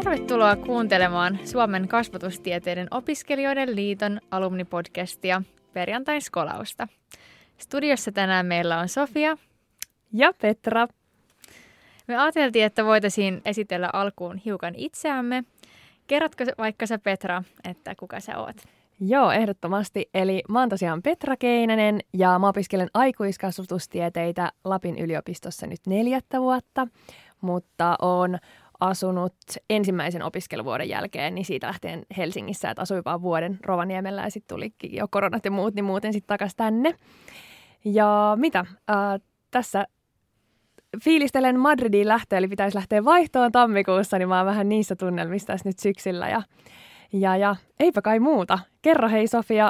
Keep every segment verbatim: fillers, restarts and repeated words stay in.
Tervetuloa kuuntelemaan Suomen kasvatustieteiden opiskelijoiden liiton alumnipodcastia Perjantain skolausta. Studiossa tänään meillä on Sofia ja Petra. Me ajateltiin, että voitaisiin esitellä alkuun hiukan itseämme. Kerrotko vaikka sä, Petra, että kuka sä oot? Joo, ehdottomasti. Eli mä oon tosiaan Petra Keinänen ja mä opiskelen aikuiskasvatustieteitä Lapin yliopistossa nyt neljättä vuotta, mutta oon asunut ensimmäisen opiskeluvuoden jälkeen, niin siitä lähtien Helsingissä, että asuin vaan vuoden Rovaniemellä ja sitten tulikin jo koronat ja muut, niin muuten sitten takaisin tänne. Ja mitä? Äh, tässä fiilistelen Madridiin lähtöä, eli pitäisi lähteä vaihtoon tammikuussa, niin mä oon vähän niissä tunnelmissa tässä nyt syksyllä. Ja, ja, ja eipä kai muuta. Kerro hei Sofia,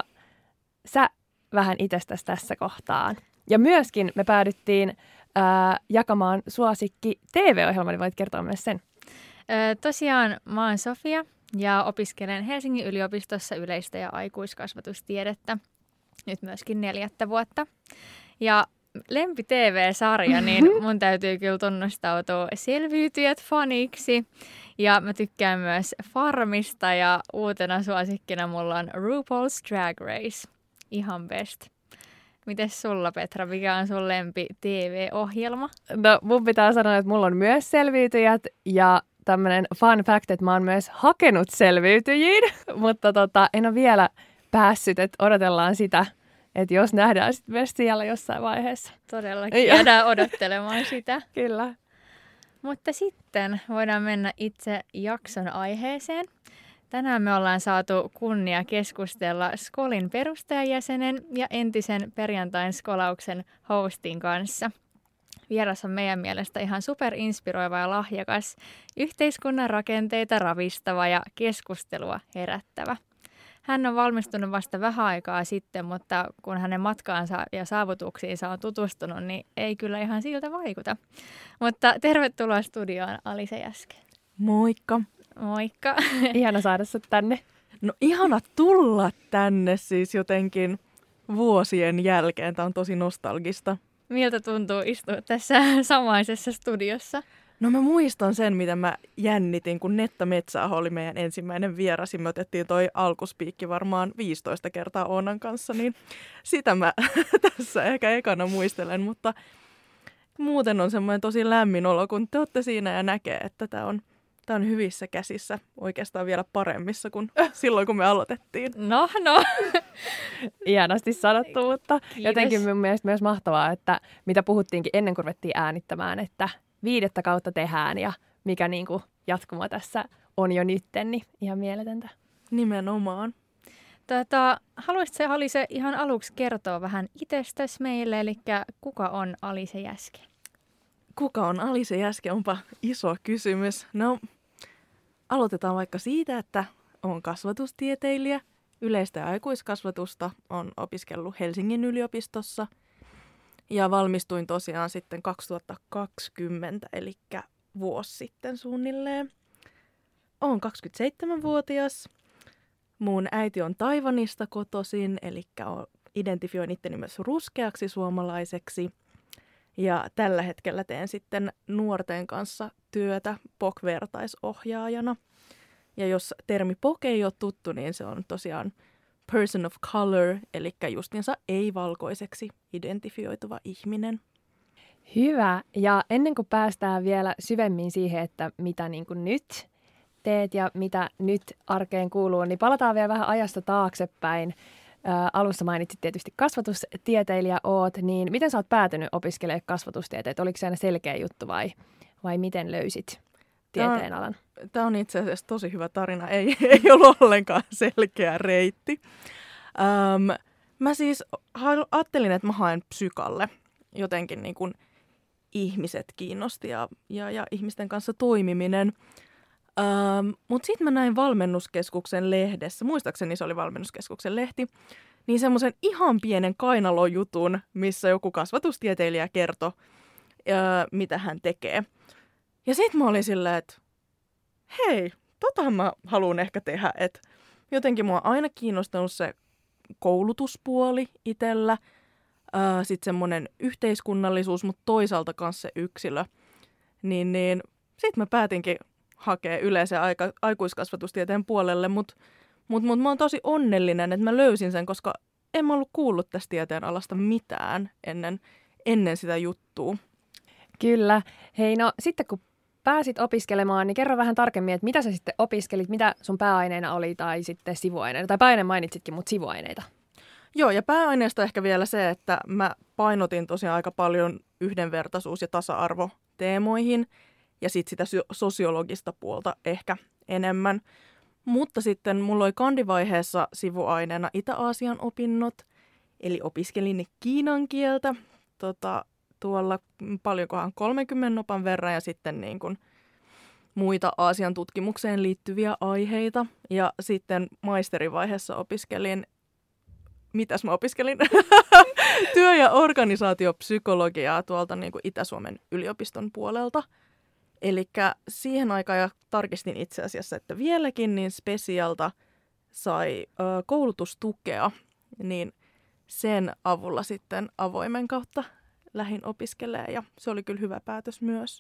sä vähän itsestäsi tässä kohtaan. Ja myöskin me päädyttiin ää, jakamaan suosikki T V-ohjelma, niin voit kertoa myös sen. Ö, tosiaan mä oon Sofia ja opiskelen Helsingin yliopistossa yleistä ja aikuiskasvatustiedettä nyt myöskin neljättä vuotta. Ja lempi T V-sarja, niin mun täytyy kyllä tunnustautua Selviytyjät faniksi. Ja mä tykkään myös Farmista ja uutena suosikkina mulla on RuPaul's Drag Race. Ihan best. Mites sulla, Petra, mikä on sun lempi T V-ohjelma? No mun pitää sanoa, että mulla on myös Selviytyjät ja tämmönen fun fact, että mä oon myös hakenut selviytyjiin, mutta tota, en ole vielä päässyt, että odotellaan sitä. Että jos nähdään sitten myös siellä jossain vaiheessa. Todellakin. Jäädään odottelemaan sitä. Kyllä. Mutta sitten voidaan mennä itse jakson aiheeseen. Tänään me ollaan saatu kunnia keskustella Skolin perustajajäsenen ja entisen Perjantain skolauksen hostin kanssa. Vieras on meidän mielestä ihan superinspiroiva ja lahjakas, yhteiskunnan rakenteita ravistava ja keskustelua herättävä. Hän on valmistunut vasta vähän aikaa sitten, mutta kun hänen matkaansa ja saavutuksiinsa on tutustunut, niin ei kyllä ihan siltä vaikuta. Mutta tervetuloa studioon, Alise Jäske. Moikka. Moikka. Ihana saada sut tänne. No ihana tulla tänne siis jotenkin vuosien jälkeen. Tämä on tosi nostalgista. Miltä tuntuu istua tässä samaisessa studiossa? No mä muistan sen, mitä mä jännitin, kun Netta Metsäaho oli meidän ensimmäinen vieras. Me otettiin toi alkuspiikki varmaan viisitoista kertaa Oonan kanssa, niin sitä mä tässä ehkä ekana muistelen. Mutta muuten on semmoinen tosi lämmin olo, kun te olette siinä ja näkee, että tämä on, tää on hyvissä käsissä. Oikeastaan vielä paremmissa kuin silloin, kun me aloitettiin. No, no. Ihanasti sanottu, mutta Kiitos. Jotenkin mun mielestä myös mahtavaa, että mitä puhuttiinkin ennen kuin ruvettiin äänittämään, että viidettä kautta tehdään ja mikä niin kuin jatkuma tässä on jo nytten, niin ihan mieletöntä. Nimenomaan. Tota, haluaisitko Alise ihan aluksi kertoa vähän itsestäsi meille, eli kuka on Alise Jäske? Kuka on Alise Jäske? Onpa iso kysymys. No, aloitetaan vaikka siitä, että olen kasvatustieteilijä. Yleistä ja aikuiskasvatusta olen opiskellut Helsingin yliopistossa. Ja valmistuin tosiaan sitten kaksituhattakaksikymmentä, eli vuosi sitten suunnilleen. Olen kaksikymmentäseitsemänvuotias. Mun äiti on Taiwanista kotoisin, eli identifioin itteni myös ruskeaksi suomalaiseksi. Ja tällä hetkellä teen sitten nuorten kanssa työtä P O C-vertaisohjaajana. Ja jos termi P O C ei ole tuttu, niin se on tosiaan person of color, eli justiinsa ei-valkoiseksi identifioituva ihminen. Hyvä. Ja ennen kuin päästään vielä syvemmin siihen, että mitä niin kuin nyt teet ja mitä nyt arkeen kuuluu, niin palataan vielä vähän ajasta taaksepäin. Ää, alussa mainitsit tietysti kasvatustieteilijä oot, niin miten sä oot päätynyt opiskelemaan kasvatustieteet? Oliko se aina selkeä juttu vai, vai miten löysit tieteen alan? Tämä on itse asiassa tosi hyvä tarina. Ei, ei ollut ollenkaan selkeä reitti. Öm, mä siis ajattelin, että mä haen psykalle. Jotenkin niin kuin ihmiset kiinnosti ja, ja, ja ihmisten kanssa toimiminen. Mutta sitten mä näin valmennuskeskuksen lehdessä, muistaakseni se oli valmennuskeskuksen lehti, niin semmoisen ihan pienen kainalojutun, missä joku kasvatustieteilijä kertoi, öö, mitä hän tekee. Ja sitten mä olin silleen, että hei, tota mä haluan ehkä tehdä. Et jotenkin mua on aina kiinnostanut se koulutuspuoli itsellä, öö, sitten semmoinen yhteiskunnallisuus, mutta toisaalta myös se yksilö. Niin, niin sitten mä päätinkin hakea yleisen aika, aikuiskasvatustieteen puolelle, mutta mut, mut mä oon tosi onnellinen, että mä löysin sen, koska en mä ollut kuullut tästä tieteen alasta mitään ennen, ennen sitä juttua. Kyllä. Hei, no sitten kun pääsit opiskelemaan, niin kerro vähän tarkemmin, että mitä sä sitten opiskelit, mitä sun pääaineena oli tai sitten sivuaineita. Tai pääaineen mainitsitkin, mutta sivuaineita. Joo, ja pääaineesta ehkä vielä se, että mä painotin tosiaan aika paljon yhdenvertaisuus- ja tasa-arvoteemoihin ja sitten sitä sosiologista puolta ehkä enemmän. Mutta sitten mulla oli kandivaiheessa sivuaineena Itä-Aasian opinnot, eli opiskelin kiinan kieltä tota, tuolla paljonkohan kolmenkymmenen nopan verran ja sitten niin kuin muita Aasian tutkimukseen liittyviä aiheita. Ja sitten maisterivaiheessa opiskelin, mitäs mä opiskelin? Työ- ja organisaatiopsykologiaa tuolta niin kuin Itä-Suomen yliopiston puolelta. Eli siihen aikaan, ja tarkistin itse asiassa, että vieläkin, niin Spesialta sai ö, koulutustukea, niin sen avulla sitten avoimen kautta lähdin opiskelemaan, ja se oli kyllä hyvä päätös myös.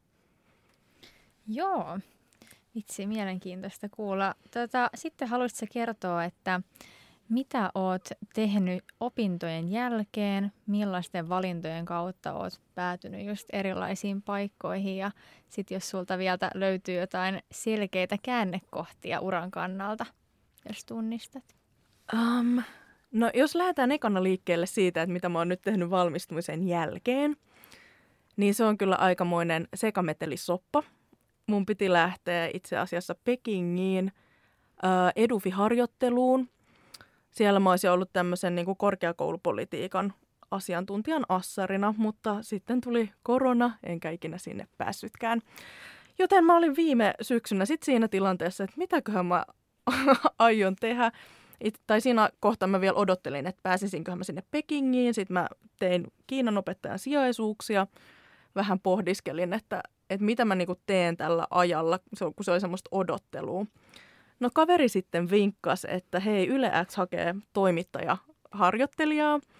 Joo, vitsi, mielenkiintoista kuulla. Tota, sitten haluaisitko kertoa, että mitä oot tehnyt opintojen jälkeen, millaisten valintojen kautta oot päätynyt just erilaisiin paikkoihin ja sitten jos sulta vielä löytyy jotain selkeitä käännekohtia uran kannalta, jos tunnistat. Um, no jos lähdetään ekana liikkeelle siitä, että mitä mä oon nyt tehnyt valmistumisen jälkeen, niin se on kyllä aikamoinen sekametelisoppa. Mun piti lähteä itse asiassa Pekingiin uh, Edufi-harjoitteluun. Siellä mä olisin ollut tämmöisen niin kuin korkeakoulupolitiikan asiantuntijan assarina, mutta sitten tuli korona, enkä ikinä sinne päässytkään. Joten mä olin viime syksynä sitten siinä tilanteessa, että mitäköhän mä aion tehdä. It, tai siinä kohtaa mä vielä odottelin, että pääsisinköhän mä sinne Pekingiin. Sitten mä tein Kiinan opettajan sijaisuuksia. Vähän pohdiskelin, että, että mitä mä niinku teen tällä ajalla, kun se oli semmoista odottelua. No kaveri sitten vinkkasi, että hei, Yle X hakee toimittajaharjoittelijaa.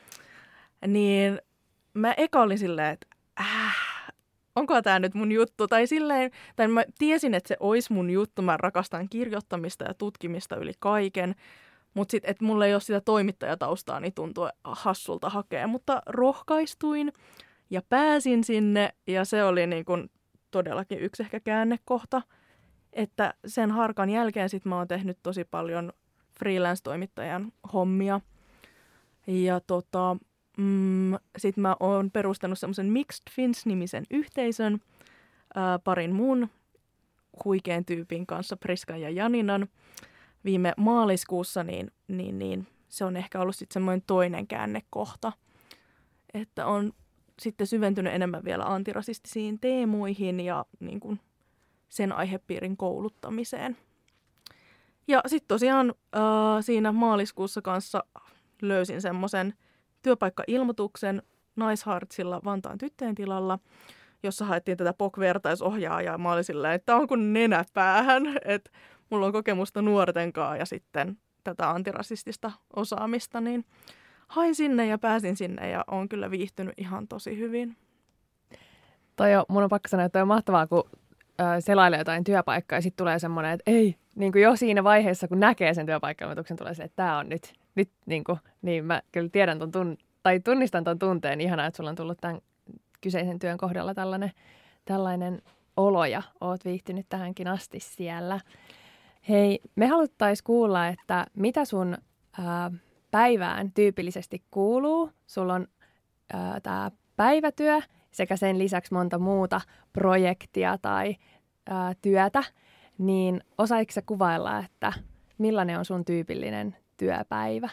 Niin mä eka olin silleen, että äh, onko tämä nyt mun juttu? Tai silleen, tai mä tiesin, että se olisi mun juttu. Mä rakastan kirjoittamista ja tutkimista yli kaiken. Mutta sitten, että mulla ei ole sitä toimittajataustaa, niin tuntuu hassulta hakea. Mutta rohkaistuin ja pääsin sinne ja se oli niin kun todellakin yksi ehkä käännekohta. Että sen harkan jälkeen sit mä oon tehnyt tosi paljon freelance-toimittajan hommia. Ja tota, mm, sit mä oon perustanut semmoisen Mixed Fins-nimisen yhteisön ää, parin muun huikean tyypin kanssa, Priskan ja Janinan. Viime maaliskuussa, niin, niin, niin se on ehkä ollut sitten semmoinen toinen käännekohta. Että on sitten syventynyt enemmän vielä antirasistisiin teemoihin ja niin kuin sen aihepiirin kouluttamiseen. Ja sitten tosiaan äh, siinä maaliskuussa kanssa löysin semmoisen työpaikkailmoituksen Naishartsilla Vantaan tyttöjen tilalla, jossa haettiin tätä P O C-vertaisohjaajaa. Mä olin silleen, että on kuin nenäpäähän, että mulla on kokemusta nuorten kanssa ja sitten tätä antirasistista osaamista, niin hain sinne ja pääsin sinne ja oon kyllä viihtynyt ihan tosi hyvin. Toi on, mun on pakko sanoa, että toi on mahtavaa, kun selailee jotain työpaikkaa ja sitten tulee semmoinen, että ei, niin kuin jo siinä vaiheessa, kun näkee sen työpaikka-ilmoituksen, tulee se, että tämä on nyt, nyt niin, kuin, niin mä kyllä tiedän ton tun, tai tunnistan ton tunteen. Ihanaa, että sulla on tullut tämän kyseisen työn kohdalla tällainen, tällainen olo ja oot viihtynyt tähänkin asti siellä. Hei, me haluttaisiin kuulla, että mitä sun ää, päivään tyypillisesti kuuluu. Sulla on tämä päivätyö sekä sen lisäksi monta muuta projektia tai ää, työtä, niin osaatko sä kuvailla, että millainen on sun tyypillinen työpäivä?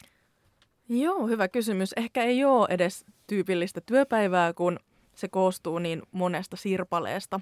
Joo, hyvä kysymys. Ehkä ei ole edes tyypillistä työpäivää, kun se koostuu niin monesta sirpaleesta.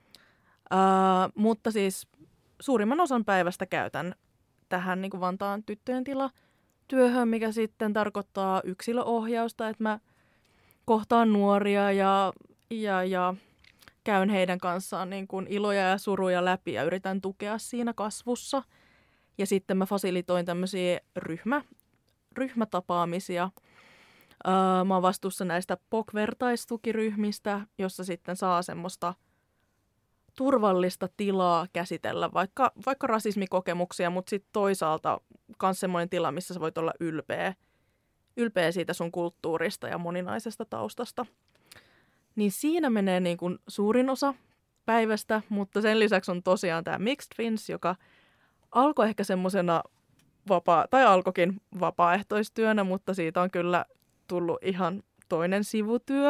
Ää, mutta siis suurimman osan päivästä käytän tähän niin kuin Vantaan tyttöjen tila työhön, mikä sitten tarkoittaa yksilöohjausta, että mä kohtaan nuoria ja, ja, ja käyn heidän kanssaan niin kuin iloja ja suruja läpi ja yritän tukea siinä kasvussa. Ja sitten mä fasilitoin tämmöisiä ryhmä, ryhmätapaamisia. Öö, mä oon vastuussa näistä P O C-vertaistukiryhmistä, jossa sitten saa semmoista turvallista tilaa käsitellä vaikka, vaikka rasismikokemuksia, mutta sitten toisaalta myös semmoinen tila, missä sä voit olla ylpeä, ylpeä siitä sun kulttuurista ja moninaisesta taustasta. Niin siinä menee niin kuin suurin osa päivästä, mutta sen lisäksi on tosiaan tämä Mixed Finns, joka alkoi ehkä semmoisena vapaa, tai alkoikin vapaaehtoistyönä, mutta siitä on kyllä tullut ihan toinen sivutyö.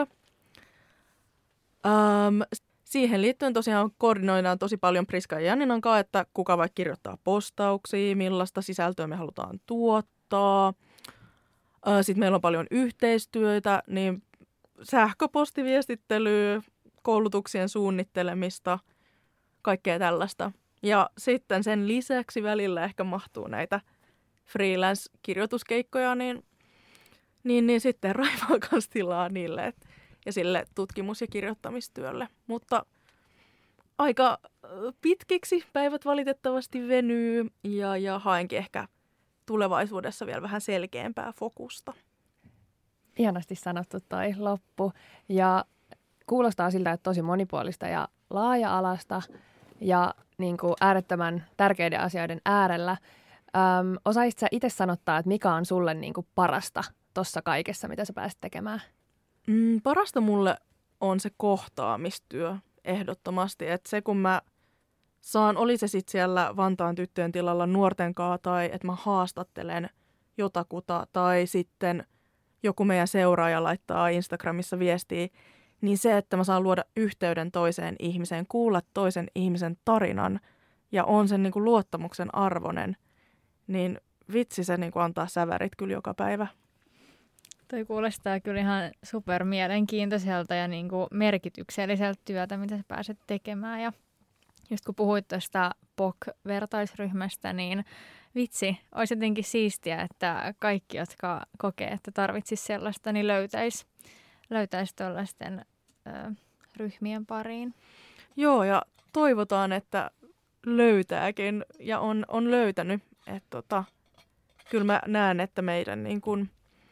Um, siihen liittyen tosiaan koordinoidaan tosi paljon Priska ja Janninan kanssa, että kuka vaikka kirjoittaa postauksia, millaista sisältöä me halutaan tuottaa. Uh, Sitten meillä on paljon yhteistyötä, niin sähköpostiviestittelyä, koulutuksien suunnittelemista, kaikkea tällaista. Ja sitten sen lisäksi välillä ehkä mahtuu näitä freelance-kirjoituskeikkoja, niin, niin, niin sitten raivaa myös tilaa niille et, ja sille tutkimus- ja kirjoittamistyölle. Mutta aika pitkiksi päivät valitettavasti venyy ja, ja haenkin ehkä tulevaisuudessa vielä vähän selkeämpää fokusta. Ihanasti sanottu toi loppu. Ja kuulostaa siltä, että tosi monipuolista ja laaja-alasta ja niin kuin äärettömän tärkeiden asioiden äärellä. Öm, osaisitko sä itse sanottaa, että mikä on sulle niin kuin parasta tuossa kaikessa, mitä sä pääsit tekemään? Mm, parasta mulle on se kohtaamistyö ehdottomasti. Että se kun mä saan, oli se sitten siellä Vantaan tyttöjen tilalla nuorten kanssa tai että mä haastattelen jotakuta tai sitten joku meidän seuraaja laittaa Instagramissa viestiä, niin se, että mä saan luoda yhteyden toiseen ihmiseen, kuulla toisen ihmisen tarinan ja on sen niin kuin luottamuksen arvoinen, niin vitsi se niin kuin antaa sävärit kyllä joka päivä. Toi kuulostaa kyllä ihan super mielenkiintoiselta ja niin kuin merkitykselliseltä työtä, mitä sä pääset tekemään. Ja just kun puhuit tuosta P O C-vertaisryhmästä, niin vitsi, olisi jotenkin siistiä, että kaikki, jotka kokee, että tarvitsisi sellaista, niin löytäisi löytäisi tuollaisten ö, ryhmien pariin. Joo, ja toivotaan, että löytääkin ja on, on löytänyt. Että tota, kyllä mä näen, että meidän niin kun,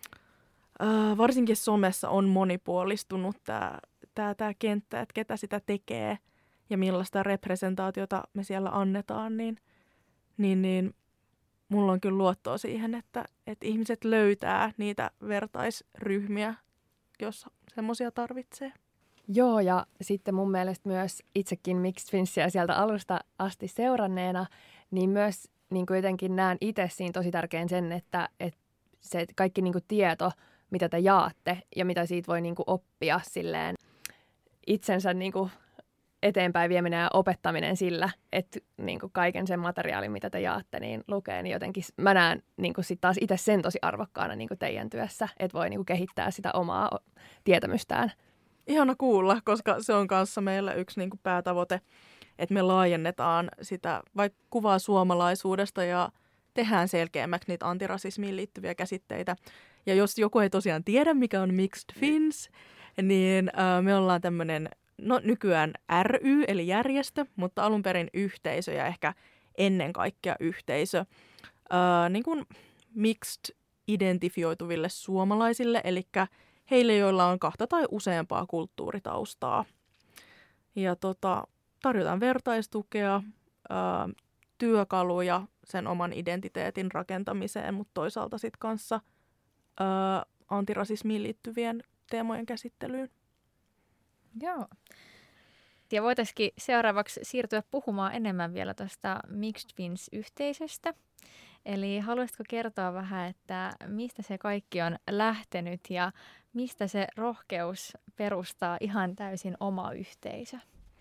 äh, varsinkin somessa on monipuolistunut tämä tää, tää kenttä, että ketä sitä tekee ja millaista representaatiota me siellä annetaan, niin, niin, niin mulla on kyllä luottoa siihen, että, että ihmiset löytää niitä vertaisryhmiä, jos semmoisia tarvitsee. Joo, ja sitten mun mielestä myös itsekin Mixed Finsia sieltä alusta asti seuranneena, niin myös niin kuin jotenkin näen itse siinä tosi tärkeän sen, että, että se kaikki niin kuin tieto, mitä te jaatte ja mitä siitä voi niin kuin oppia silleen itsensä niin kuin eteenpäin vieminen ja opettaminen sillä, että niin kuin kaiken sen materiaalin, mitä te jaatte, niin lukee, niin jotenkin mä näen niin kuin sit taas itse sen tosi arvokkaana niin kuin teidän työssä, että voi niin kuin kehittää sitä omaa tietämystään. Ihana kuulla, koska se on kanssa meillä yksi niin kuin päätavoite, että me laajennetaan sitä vaikka kuvaa suomalaisuudesta ja tehdään selkeämmäksi niitä antirasismiin liittyviä käsitteitä. Ja jos joku ei tosiaan tiedä, mikä on Mixed Finns, niin äh, me ollaan tämmöinen no, nykyään ry, eli järjestö, mutta alun perin yhteisö ja ehkä ennen kaikkea yhteisö äh, niin kuin mixed identifioituville suomalaisille, eli heille, joilla on kahta tai useampaa kulttuuritaustaa. Ja tota, tarjotaan vertaistukea, ää, työkaluja sen oman identiteetin rakentamiseen, mutta toisaalta sitten kanssa ää, antirasismiin liittyvien teemojen käsittelyyn. Joo. Ja voitaisiin seuraavaksi siirtyä puhumaan enemmän vielä tuosta Mixed Finns-yhteisöstä. Eli haluaisitko kertoa vähän, että mistä se kaikki on lähtenyt ja mistä se rohkeus perustaa ihan täysin oma yhteisö?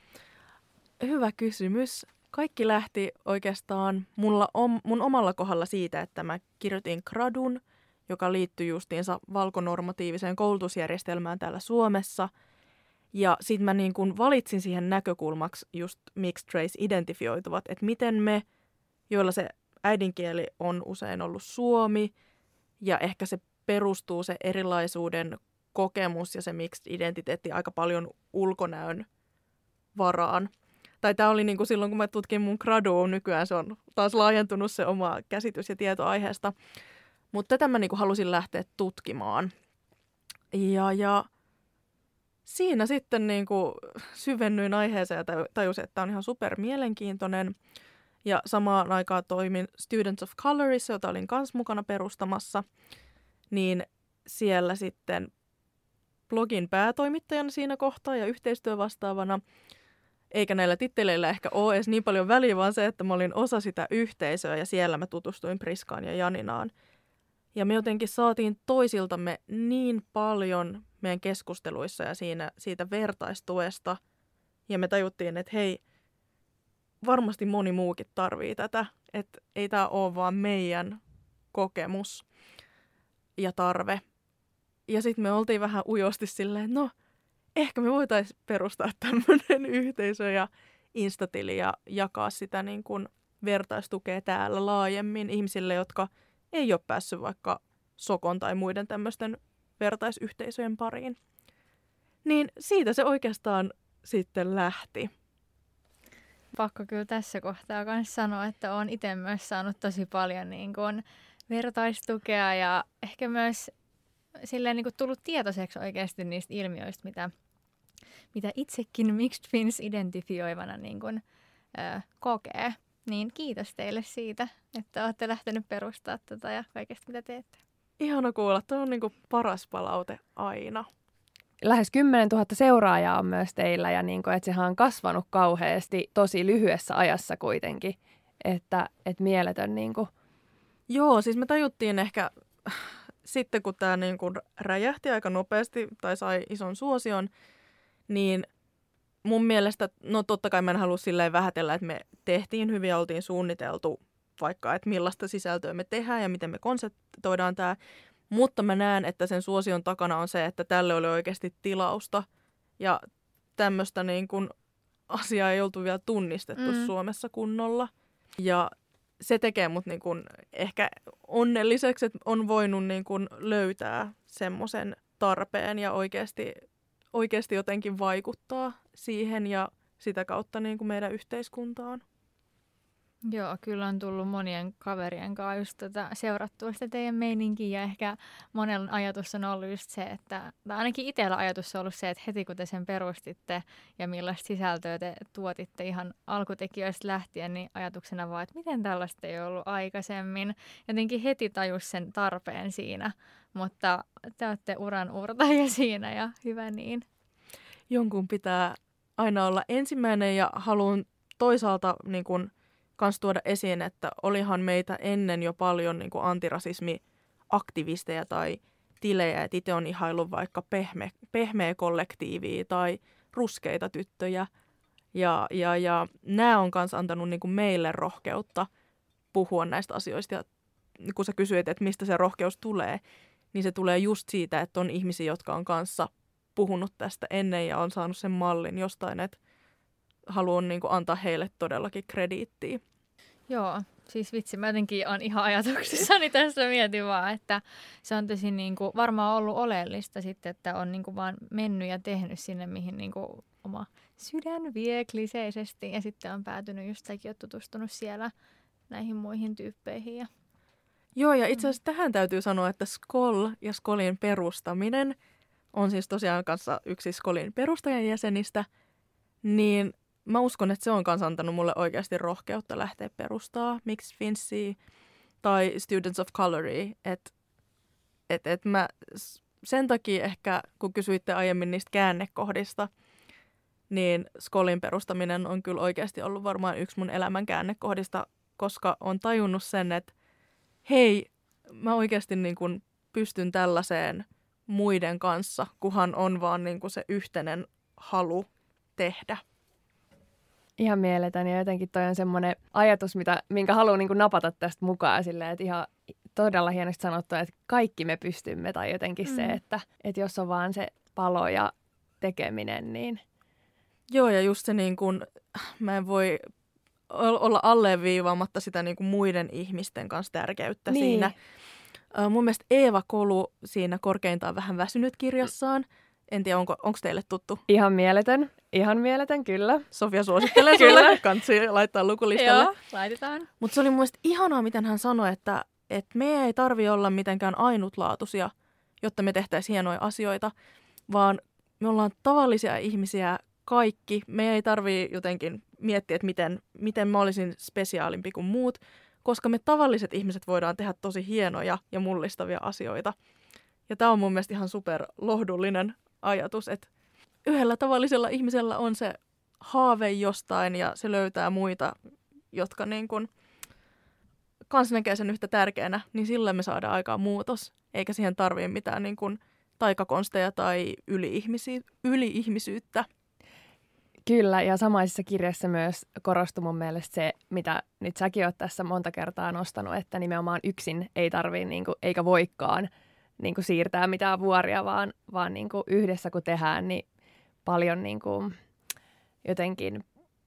Hyvä kysymys. Kaikki lähti oikeastaan mulla om, mun omalla kohdalla siitä, että mä kirjoitin gradun, joka liittyy justiinsa valkonormatiiviseen koulutusjärjestelmään täällä Suomessa. Ja sitten mä niin kun valitsin siihen näkökulmaksi just mixed race identifioituvat, että miten me, joilla se äidinkieli on usein ollut suomi ja ehkä se perustuu se erilaisuuden kokemus ja se mixed identiteetti aika paljon ulkonäön varaan. Tai tämä oli niin kuin silloin, kun mä tutkin mun gradua, nykyään se on taas laajentunut se oma käsitys ja tieto aiheesta. Mutta tätä mä niin kuin halusin lähteä tutkimaan. Ja, ja siinä sitten niin kuin syvennyin aiheeseen ja tajusin, että tämä on ihan super mielenkiintoinen. Ja samaan aikaan toimin Students of Colorissa, jota olin kanssa mukana perustamassa. Niin siellä sitten blogin päätoimittajana siinä kohtaa ja yhteistyövastaavana. Eikä näillä titteleillä ehkä ole edes niin paljon väliä, vaan se, että mä olin osa sitä yhteisöä ja siellä mä tutustuin Priskaan ja Janinaan. Ja me jotenkin saatiin toisiltamme niin paljon meidän keskusteluissa ja siinä, siitä vertaistuesta. Ja me tajuttiin, että hei, varmasti moni muukin tarvii tätä. Että ei tämä ole vaan meidän kokemus ja tarve. Ja sitten me oltiin vähän ujosti silleen, no ehkä me voitaisiin perustaa tämmöinen yhteisö ja instatili ja jakaa sitä niin kuin vertaistukea täällä laajemmin ihmisille, jotka ei ole päässyt vaikka Sokon tai muiden tämmöisten vertaisyhteisöjen pariin. Niin siitä se oikeastaan sitten lähti. Pakko kyllä tässä kohtaa myös sanoa, että olen itse myös saanut tosi paljon niin kuin vertaistukea ja ehkä myös silleen niin kuin tullut tietoiseksi oikeasti niistä ilmiöistä, mitä, mitä itsekin Mixed Twins identifioivana niin kuin, ö, kokee. Niin kiitos teille siitä, että olette lähtenyt perustaa tätä ja kaikesta, mitä teette. Ihana kuulla. Tuo on niin kuin paras palaute aina. Lähes kymmenen tuhatta seuraajaa on myös teillä ja niin kuin, että sehän on kasvanut kauheasti tosi lyhyessä ajassa kuitenkin. Että, että mieletön niin kuin. Joo, siis me tajuttiin ehkä sitten, kun tämä niin kuin räjähti aika nopeasti tai sai ison suosion, niin mun mielestä, no totta kai mä en halua silleen vähätellä, että me tehtiin hyvin ja oltiin suunniteltu vaikka, että millaista sisältöä me tehdään ja miten me konseptoidaan tämä. Mutta mä näen, että sen suosion takana on se, että tälle oli oikeasti tilausta ja tämmöistä niin kuin asiaa ei oltu vielä tunnistettu mm. Suomessa kunnolla. Ja se tekee mut niin kuin ehkä onnelliseksi, että on voinut niin kuin löytää semmoisen tarpeen ja oikeasti, oikeasti jotenkin vaikuttaa siihen ja sitä kautta niin kuin meidän yhteiskuntaan. Joo, kyllä on tullut monien kaverien kanssa just tätä seurattua sitä teidän meininkiä ja ehkä monella ajatus on ollut just se, että tai ainakin itsellä ajatus on ollut se, että heti kun te sen perustitte ja millaista sisältöä te tuotitte ihan alkutekijöistä lähtien, niin ajatuksena vaan, että miten tällaista ei ollut aikaisemmin. Jotenkin heti tajus sen tarpeen siinä, mutta te olette uran uurtaja siinä ja hyvä niin. Jonkun pitää aina olla ensimmäinen ja haluan toisaalta niin kuin kans tuoda esiin, että olihan meitä ennen jo paljon niin kuin antirasismiaktivisteja tai tilejä, että itse on ihaillut vaikka pehme, pehmeä kollektiivia tai ruskeita tyttöjä. Ja, ja, ja nämä on kans antanut niin kuin meille rohkeutta puhua näistä asioista. Ja kun sä kysyit, että mistä se rohkeus tulee, niin se tulee just siitä, että on ihmisiä, jotka on kanssa puhunut tästä ennen ja on saanut sen mallin jostain, että haluan niin kuin antaa heille todellakin krediittiä. Joo, siis vitsi, mä jotenkin on ihan ajatuksissani tässä mietin vaan, että se on tosi niin kuin, varmaan ollut oleellista sitten, että on niin kuin vaan mennyt ja tehnyt sinne, mihin niin kuin oma sydän vie kliseisesti ja sitten on päätynyt just säkin, oot tutustunut siellä näihin muihin tyyppeihin. Ja... Joo, ja itse asiassa tähän täytyy sanoa, että Skol ja Skolin perustaminen on siis tosiaan kanssa yksi Skolin perustajan jäsenistä, niin mä uskon, että se on kanssa antanut mulle oikeasti rohkeutta lähteä perustaa Mixed Twinsia tai Students of Coloria. Et, et, et mä sen takia ehkä, kun kysyitte aiemmin niistä käännekohdista, niin Skolin perustaminen on kyllä oikeasti ollut varmaan yksi mun elämän käännekohdista, koska on tajunnut sen, että hei, mä oikeasti niin kun pystyn tällaiseen muiden kanssa, kunhan on vaan niin kun se yhteinen halu tehdä. Ihan mieletön ja jotenkin toi on semmoinen ajatus, mitä, minkä haluan niin kuin napata tästä mukaan silleen, että ihan todella hienosti sanottu, että kaikki me pystymme tai jotenkin mm. se, että, että jos on vaan se palo ja tekeminen, niin... Joo, ja just se niin kuin, mä en voi olla alleviivaamatta sitä niin kuin muiden ihmisten kanssa tärkeyttä niin. Siinä. Uh, mun mielestä Eeva Kolu siinä korkeintaan vähän väsynyt kirjassaan. En tiedä, onko, onko teille tuttu? Ihan mieletön. Ihan mieletön, kyllä. Sofia suosittelee sulle. Kansi laittaa lukulistalle. Joo, laitetaan. Mutta se oli mun mielestä ihanaa, miten hän sanoi, että, että me ei tarvitse olla mitenkään ainutlaatuisia, jotta me tehtäisiin hienoja asioita, vaan me ollaan tavallisia ihmisiä kaikki. Me ei tarvii jotenkin miettiä, että miten, miten mä olisin spesiaalimpi kuin muut, koska me tavalliset ihmiset voidaan tehdä tosi hienoja ja mullistavia asioita. Ja tämä on mun mielestä ihan super lohdullinen ajatus, että yhdellä tavallisella ihmisellä on se haave jostain ja se löytää muita, jotka niin kun kans näkee sen yhtä tärkeänä, niin sillä me saadaan aikaan muutos, eikä siihen tarvii mitään niin kun taikakonsteja tai yli-ihmisyyttä. Kyllä, ja samaisessa kirjassa myös korostui mun mielestä se, mitä nyt säkin oot tässä monta kertaa nostanut, että nimenomaan yksin ei tarvii niinku, eikä voikaan niinku siirtää mitään vuoria, vaan, vaan niinku yhdessä kun tehdään, niin paljon niinku jotenkin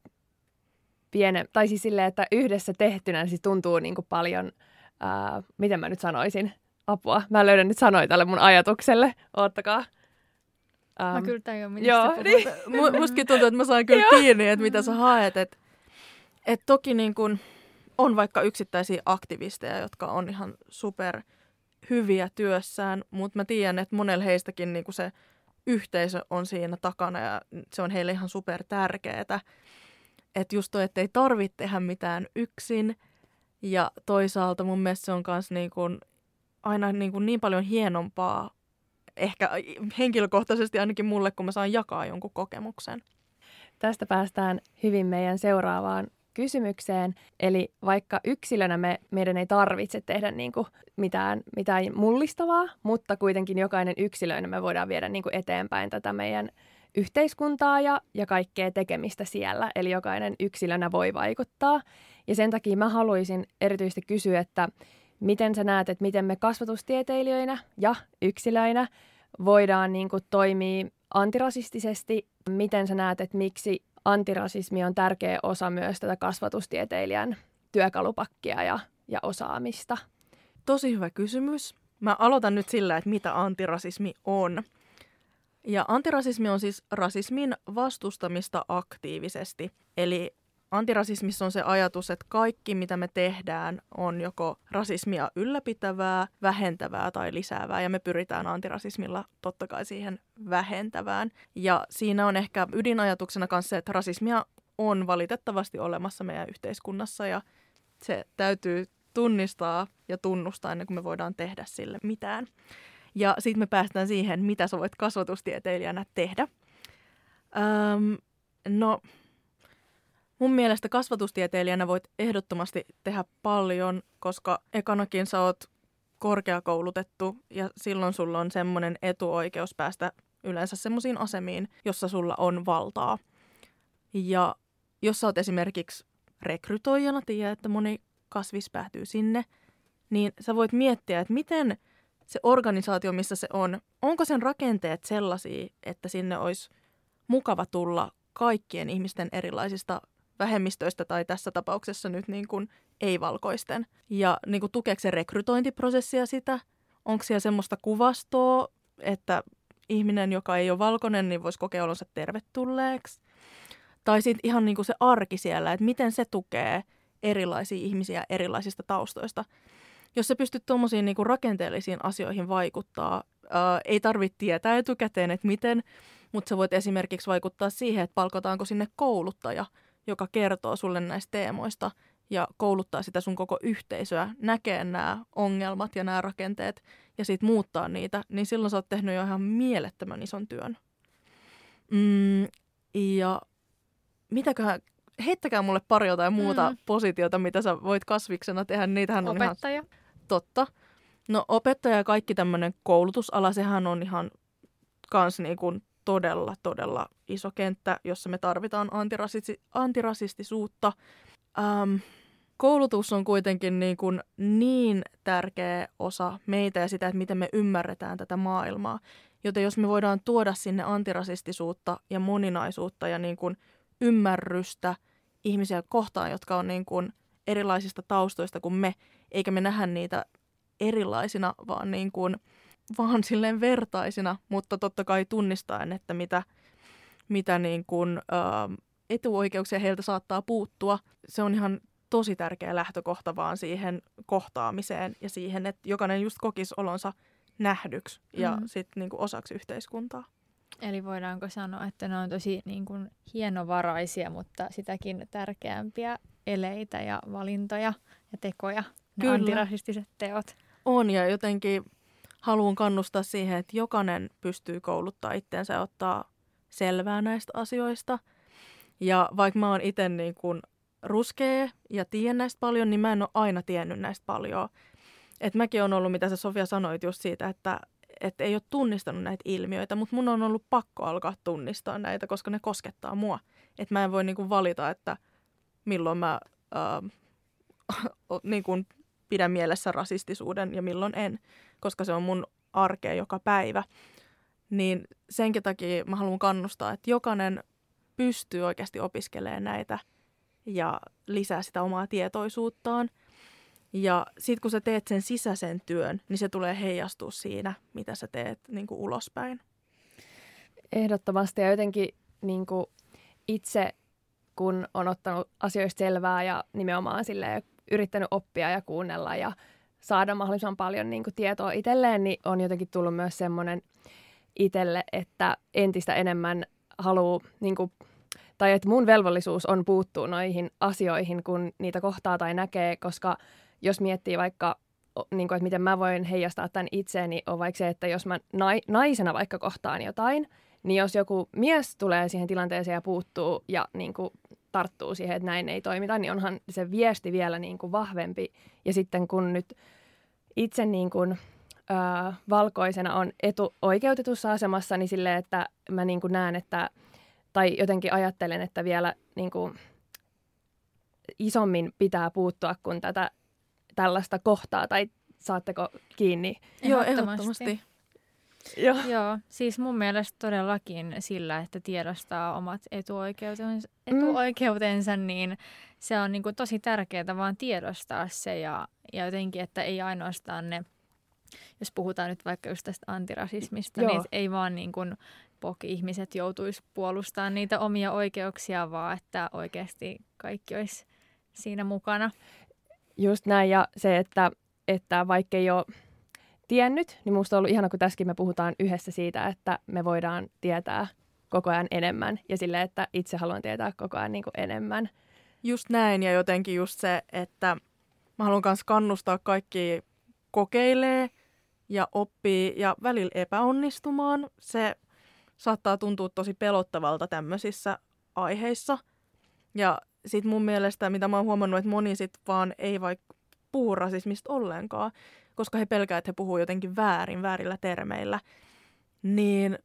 piene, tai siis silleen, että yhdessä tehtynä niin siis tuntuu niinku paljon, ää, miten mä nyt sanoisin, apua, mä löydän nyt sanoja tälle mun ajatukselle, oottakaa. Um, mä kyllä tajun, mistä joo, niin. Mustakin tuntuu, että mä saan kyllä kiinni, että mitä sä haet. Että et toki niin kun on vaikka yksittäisiä aktivisteja, jotka on ihan super hyviä työssään, mutta mä tiedän, että monella heistäkin niin kun se yhteisö on siinä takana ja se on heille ihan super tärkeää. Että just toi, että ei tarvitse tehdä mitään yksin ja toisaalta mun mielestä se on myös niin kun aina niin, kun niin paljon hienompaa, ehkä henkilökohtaisesti ainakin mulle, kun mä saan jakaa jonkun kokemuksen. Tästä päästään hyvin meidän seuraavaan kysymykseen. Eli vaikka yksilönä me, meidän ei tarvitse tehdä niin kuin mitään, mitään mullistavaa, mutta kuitenkin jokainen yksilöinä me voidaan viedä niin kuin eteenpäin tätä meidän yhteiskuntaa ja, ja kaikkea tekemistä siellä. Eli jokainen yksilönä voi vaikuttaa. Ja sen takia mä haluaisin erityisesti kysyä, että miten sä näet, että miten me kasvatustieteilijöinä ja yksilöinä voidaan niin kuin toimia antirasistisesti? Miten sä näet, että miksi antirasismi on tärkeä osa myös tätä kasvatustieteilijän työkalupakkia ja, ja osaamista? Tosi hyvä kysymys. Mä aloitan nyt sillä, että mitä antirasismi on. Ja antirasismi on siis rasismin vastustamista aktiivisesti. Eli antirasismissa on se ajatus, että kaikki, mitä me tehdään, on joko rasismia ylläpitävää, vähentävää tai lisäävää. Ja me pyritään antirasismilla totta kai siihen vähentävään. Ja siinä on ehkä ydinajatuksena myös se, että rasismia on valitettavasti olemassa meidän yhteiskunnassa. Ja se täytyy tunnistaa ja tunnustaa ennen kuin me voidaan tehdä sille mitään. Ja sitten me päästään siihen, mitä sä voit kasvatustieteilijänä tehdä. Öm, no... Mun mielestä kasvatustieteilijänä voit ehdottomasti tehdä paljon, koska ekanakin sä oot korkeakoulutettu ja silloin sulla on semmoinen etuoikeus päästä yleensä semmoisiin asemiin, jossa sulla on valtaa. Ja jos sä oot esimerkiksi rekrytoijana, tiedä, että moni kasvis päätyy sinne, niin sä voit miettiä, että miten se organisaatio, missä se on, onko sen rakenteet sellaisia, että sinne olisi mukava tulla kaikkien ihmisten erilaisista vähemmistöistä tai tässä tapauksessa nyt niin kuin ei-valkoisten. Ja niin kuin tukeeko se rekrytointiprosessia sitä? Onko siellä semmoista kuvastoa, että ihminen, joka ei ole valkoinen, niin voisi kokea olonsa tervetulleeksi? Tai sitten ihan niin kuin se arki siellä, että miten se tukee erilaisia ihmisiä erilaisista taustoista. Jos sä pystyt tuommoisiin niin kuin rakenteellisiin asioihin vaikuttaa, ää, ei tarvitse tietää etukäteen, että miten, mutta sä voit esimerkiksi vaikuttaa siihen, että palkataanko sinne kouluttaja, joka kertoo sulle näistä teemoista ja kouluttaa sitä sun koko yhteisöä, näkee nämä ongelmat ja nämä rakenteet ja sitten muuttaa niitä, niin silloin sä oot tehnyt jo ihan mielettömän ison työn. Mm, ja mitäköhän, heittäkää mulle pari jotain muuta mm. positiota, mitä sä voit kasviksena tehdä. Niitähän on opettaja. Ihan totta. No opettaja ja kaikki tämmöinen koulutusala, sehän on ihan kans niin kuin todella, todella iso kenttä, jossa me tarvitaan antirasisti- antirasistisuutta. Ähm, koulutus on kuitenkin niin, kuin niin tärkeä osa meitä ja sitä, että miten me ymmärretään tätä maailmaa. Joten jos me voidaan tuoda sinne antirasistisuutta ja moninaisuutta ja niin kuin ymmärrystä ihmisiä kohtaan, jotka on niin kuin erilaisista taustoista kuin me, eikä me nähdä niitä erilaisina, vaan niin kuin vaan silleen vertaisina, mutta totta kai tunnistaen, että mitä, mitä niin kuin, ä, etuoikeuksia heiltä saattaa puuttua. Se on ihan tosi tärkeä lähtökohta vaan siihen kohtaamiseen ja siihen, että jokainen just kokisi olonsa nähdyksi ja mm. sitten niin kuin osaksi yhteiskuntaa. Eli voidaanko sanoa, että ne on tosi niin kuin hienovaraisia, mutta sitäkin tärkeämpiä eleitä ja valintoja ja tekoja, ne Kyllä. antirasistiset teot. On, ja jotenkin haluan kannustaa siihen, että jokainen pystyy kouluttaa itseensä ja ottaa selvää näistä asioista. Ja vaikka mä oon itse niin kuin ruskea ja tiedän näistä paljon, niin mä en ole aina tiennyt näistä paljon. Et mäkin on ollut, mitä sä Sofia sanoit just siitä, että et ei ole tunnistanut näitä ilmiöitä, mutta mun on ollut pakko alkaa tunnistaa näitä, koska ne koskettaa mua. Et mä en voi niin kuin valita, että milloin mä äh, niin kuin pidän mielessä rasistisuuden ja milloin en, koska se on mun arkea joka päivä. Niin senkin takia mä haluan kannustaa, että jokainen pystyy oikeasti opiskelemaan näitä ja lisää sitä omaa tietoisuuttaan. Ja sitten kun sä teet sen sisäisen työn, niin se tulee heijastua siinä, mitä sä teet niin kuin ulospäin. Ehdottomasti, ja jotenkin niin kuin itse, kun on ottanut asioista selvää ja nimenomaan silleen yrittänyt oppia ja kuunnella ja saada mahdollisimman paljon niin kuin tietoa itselleen, niin on jotenkin tullut myös semmoinen itselle, että entistä enemmän haluaa, niin kuin, tai että mun velvollisuus on puuttua noihin asioihin, kun niitä kohtaa tai näkee, koska jos miettii vaikka, niin kuin, että miten mä voin heijastaa tämän itseeni, on vaikka se, että jos mä naisena vaikka kohtaan jotain, niin jos joku mies tulee siihen tilanteeseen ja puuttuu ja niin kuin, tarttuu siihen, että näin ei toimita, niin onhan se viesti vielä niin kuin, vahvempi. Ja sitten kun nyt itse niin kuin, ö, valkoisena on etuoikeutetussa asemassa, niin silleen, että mä niin kuin, näen, että, tai jotenkin ajattelen, että vielä niin kuin, isommin pitää puuttua, kun tätä tällaista kohtaa, tai saatteko kiinni? Joo, ehdottomasti. Joo. Joo, siis mun mielestä todellakin sillä, että tiedostaa omat etuoikeutensa, etuoikeutensa mm. niin se on niin kuin tosi tärkeää vaan tiedostaa se ja, ja jotenkin, että ei ainoastaan ne, jos puhutaan nyt vaikka just tästä antirasismista, Joo. niin ei vaan niin kuin P O C-ihmiset joutuisi puolustamaan niitä omia oikeuksia, vaan että oikeasti kaikki olisi siinä mukana. Just näin, ja se, että, että vaikka ei ole tiennyt, niin musta on ollut ihana, kun tässäkin me puhutaan yhdessä siitä, että me voidaan tietää koko ajan enemmän, ja sille, että itse haluan tietää koko ajan niin kuin enemmän. Just näin, ja jotenkin just se, että mä haluan myös kannustaa kaikki kokeilee ja oppii ja välillä epäonnistumaan. Se saattaa tuntua tosi pelottavalta tämmöisissä aiheissa, ja sitten mun mielestä, mitä mä oon huomannut, että moni sit vaan ei vaikka puhu rasismista ollenkaan, koska he pelkää, että he puhuu jotenkin väärin, väärillä termeillä, niin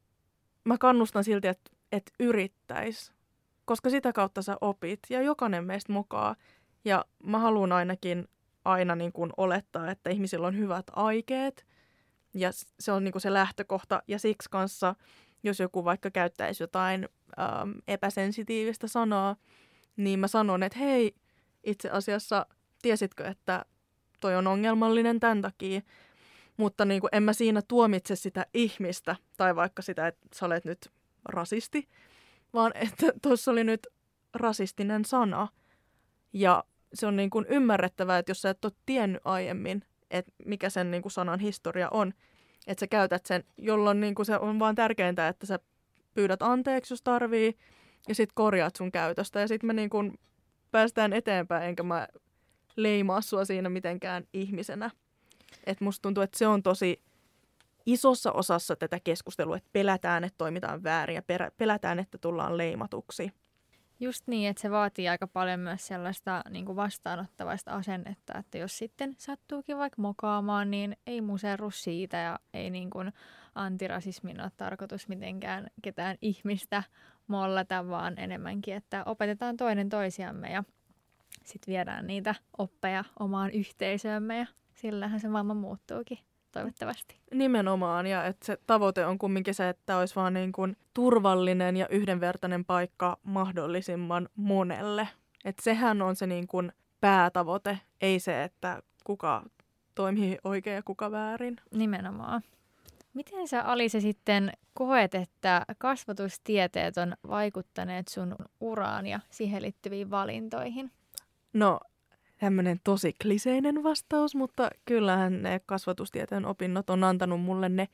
mä kannustan silti, että, että yrittäisi, koska sitä kautta sä opit ja jokainen meistä mokaa. Ja mä haluan ainakin aina niin kuin olettaa, että ihmisillä on hyvät aikeet ja se on niin kuin se lähtökohta. Ja siksi kanssa, jos joku vaikka käyttäisi jotain äm, epäsensitiivistä sanaa, niin mä sanon, että hei, itse asiassa tiesitkö, että toi on ongelmallinen tämän takia, mutta niin kuin en mä siinä tuomitse sitä ihmistä tai vaikka sitä, että sä olet nyt rasisti, vaan että tuossa oli nyt rasistinen sana. Ja se on niin kuin ymmärrettävää, että jos sä et ole tiennyt aiemmin, että mikä sen niin kuin sanan historia on, että sä käytät sen, jolloin niin kuin se on vaan tärkeintä, että sä pyydät anteeksi, jos tarvii, ja sit korjaat sun käytöstä. Ja sit me niin kuin päästään eteenpäin, enkä mä leimaa sua siinä mitenkään ihmisenä. Et musta tuntuu, että se on tosi isossa osassa tätä keskustelua, että pelätään, että toimitaan väärin ja perä, pelätään, että tullaan leimatuksi. Just niin, että se vaatii aika paljon myös sellaista niin kuin vastaanottavaista asennetta, että jos sitten sattuukin vaikka mokaamaan, niin ei muserru siitä ja ei niin kuin antirasismin ole tarkoitus mitenkään ketään ihmistä mollata, vaan enemmänkin, että opetetaan toinen toisiamme ja sitten viedään niitä oppeja omaan yhteisöömme ja sillähän se maailma muuttuukin toivottavasti. Nimenomaan, ja että se tavoite on kumminkin se, että olisi vaan niin kuin turvallinen ja yhdenvertainen paikka mahdollisimman monelle. Että sehän on se niin kuin päätavoite, ei se, että kuka toimii oikein ja kuka väärin. Nimenomaan. Miten sä, Alise, sitten koet, että kasvatustieteet on vaikuttaneet sun uraan ja siihen liittyviin valintoihin? No, tämmöinen tosi kliseinen vastaus, mutta kyllähän ne kasvatustieteen opinnot on antanut mulle ne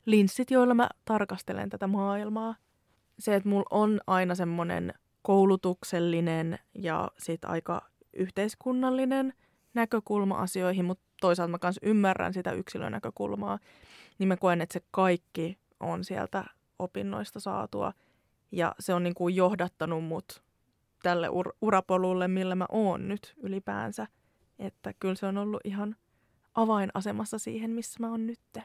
linssit, joilla mä tarkastelen tätä maailmaa. Se, että mulla on aina semmoinen koulutuksellinen ja sit aika yhteiskunnallinen näkökulma asioihin, mutta toisaalta mä kans ymmärrän sitä yksilön näkökulmaa, niin mä koen, että se kaikki on sieltä opinnoista saatua. Ja se on niin kuin johdattanut mut tälle ur- urapolulle, millä mä oon nyt ylipäänsä. Että kyllä se on ollut ihan avainasemassa siihen, missä mä oon nytten.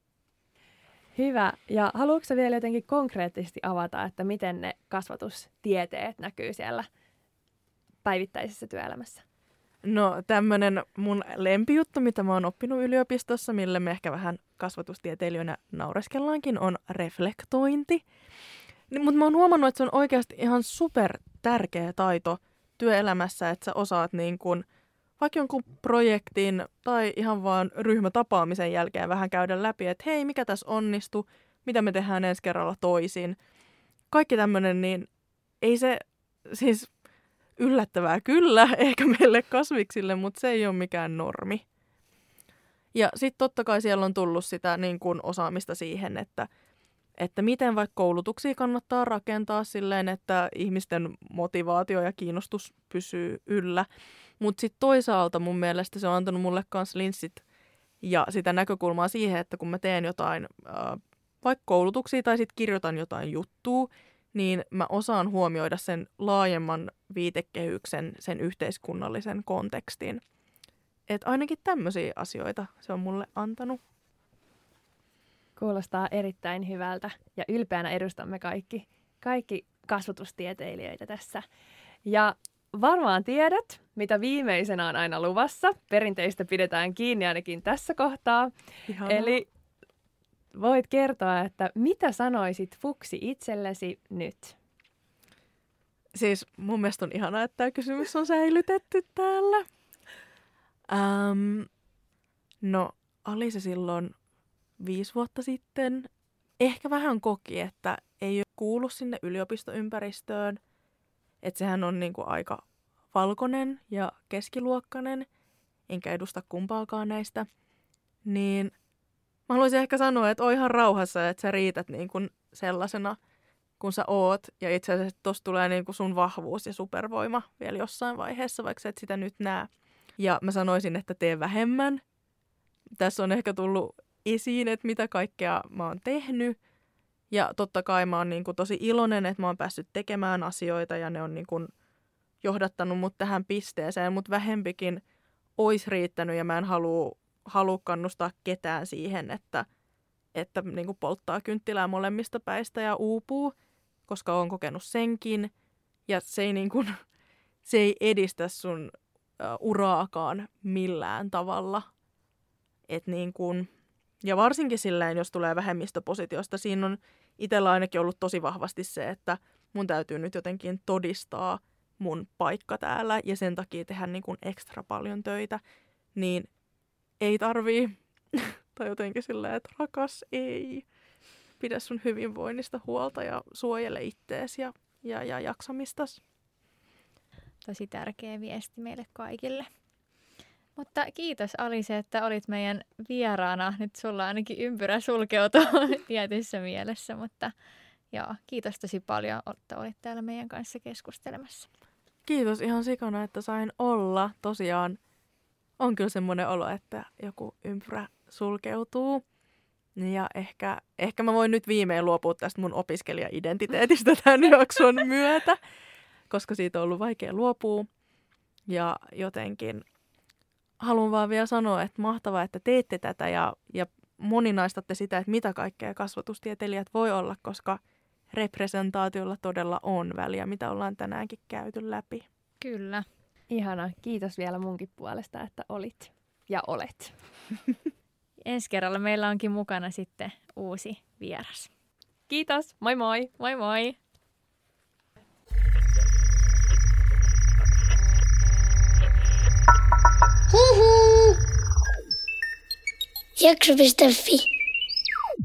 Hyvä. Ja haluatko vielä jotenkin konkreettisesti avata, että miten ne kasvatustieteet näkyy siellä päivittäisessä työelämässä? No tämmöinen mun lempijuttu, mitä mä oon oppinut yliopistossa, mille me ehkä vähän kasvatustieteilijöinä naureskellaankin, on reflektointi. Mutta mä oon huomannut, että se on oikeasti ihan super tärkeä taito työelämässä, että sä osaat niin kun, vaikka jonkun projektin tai ihan vaan ryhmätapaamisen jälkeen vähän käydä läpi, että hei, mikä tässä onnistui, mitä me tehdään ensi kerralla toisin. Kaikki tämmöinen, niin ei se siis yllättävää kyllä ehkä meille kasviksille, mutta se ei ole mikään normi. Ja sitten totta kai siellä on tullut sitä niin kun osaamista siihen, että että miten vaikka koulutuksia kannattaa rakentaa silleen, että ihmisten motivaatio ja kiinnostus pysyy yllä. Mutta sitten toisaalta mun mielestä se on antanut mulle kans linssit ja sitä näkökulmaa siihen, että kun mä teen jotain äh, vaikka koulutuksia tai sitten kirjoitan jotain juttua, niin mä osaan huomioida sen laajemman viitekehyksen, sen yhteiskunnallisen kontekstin. Että ainakin tämmöisiä asioita se on mulle antanut. Kuulostaa erittäin hyvältä ja ylpeänä edustamme kaikki, kaikki kasvatustieteilijöitä tässä. Ja varmaan tiedät, mitä viimeisenä on aina luvassa. Perinteistä pidetään kiinni ainakin tässä kohtaa. Ihanaa. Eli voit kertoa, että mitä sanoisit fuksi itsellesi nyt? Siis mun mielestä on ihanaa, että tämä kysymys on säilytetty täällä. Ähm, no, oli se silloin viisi vuotta sitten. Ehkä vähän koki, että ei ole kuulu sinne yliopistoympäristöön. Että sehän on niinku aika valkoinen ja keskiluokkainen, enkä edusta kumpaakaan näistä. Niin mä haluaisin ehkä sanoa, että oo ihan rauhassa, että sä riität niinku sellaisena, kun sä oot. Ja itse asiassa tossa tulee niinku sun vahvuus ja supervoima vielä jossain vaiheessa, vaikka sä et sitä nyt näe. Ja mä sanoisin, että tee vähemmän. Tässä on ehkä tullut esiin, että mitä kaikkea mä oon tehnyt. Ja totta kai mä oon niin kuin tosi iloinen, että mä oon päässyt tekemään asioita ja ne on niin kuin johdattanut mut tähän pisteeseen, mutta vähempikin olisi riittänyt ja mä en halua, halua kannustaa ketään siihen, että, että niin kuin polttaa kynttilää molemmista päistä ja uupuu, koska oon kokenut senkin ja se ei, niin kuin, se ei edistä sun uh, uraakaan millään tavalla. Et niin kuin, ja varsinkin silleen, jos tulee vähemmistöpositiosta, siinä on itsellä ainakin ollut tosi vahvasti se, että mun täytyy nyt jotenkin todistaa mun paikka täällä ja sen takia tehdä niin kuin ekstra paljon töitä, niin ei tarvii, tai jotenkin silleen, että rakas, ei, pidä sun hyvinvoinnista huolta ja suojele ittees ja, ja, ja jaksamistas. Tosi tärkeä viesti meille kaikille. Mutta kiitos Alise, että olit meidän vieraana. Nyt sulla ainakin ympyrä sulkeutuu tietyssä mielessä, mutta joo, kiitos tosi paljon, että olit täällä meidän kanssa keskustelemassa. Kiitos ihan sikana, että sain olla. Tosiaan on kyllä semmoinen olo, että joku ympyrä sulkeutuu. Ja ehkä, ehkä mä voin nyt viimein luopua tästä mun opiskelija-identiteetistä tämän jakson myötä, koska siitä on ollut vaikea luopua. Ja jotenkin haluan vaan vielä sanoa, että mahtavaa, että teette tätä ja, ja moninaistatte sitä, että mitä kaikkea kasvatustieteilijät voi olla, koska representaatiolla todella on väliä, mitä ollaan tänäänkin käyty läpi. Kyllä. Ihana. Kiitos vielä munkin puolesta, että olit ja olet. Ensi kerralla meillä onkin mukana sitten uusi vieras. Kiitos. Moi moi. Moi moi. Jakso piste fi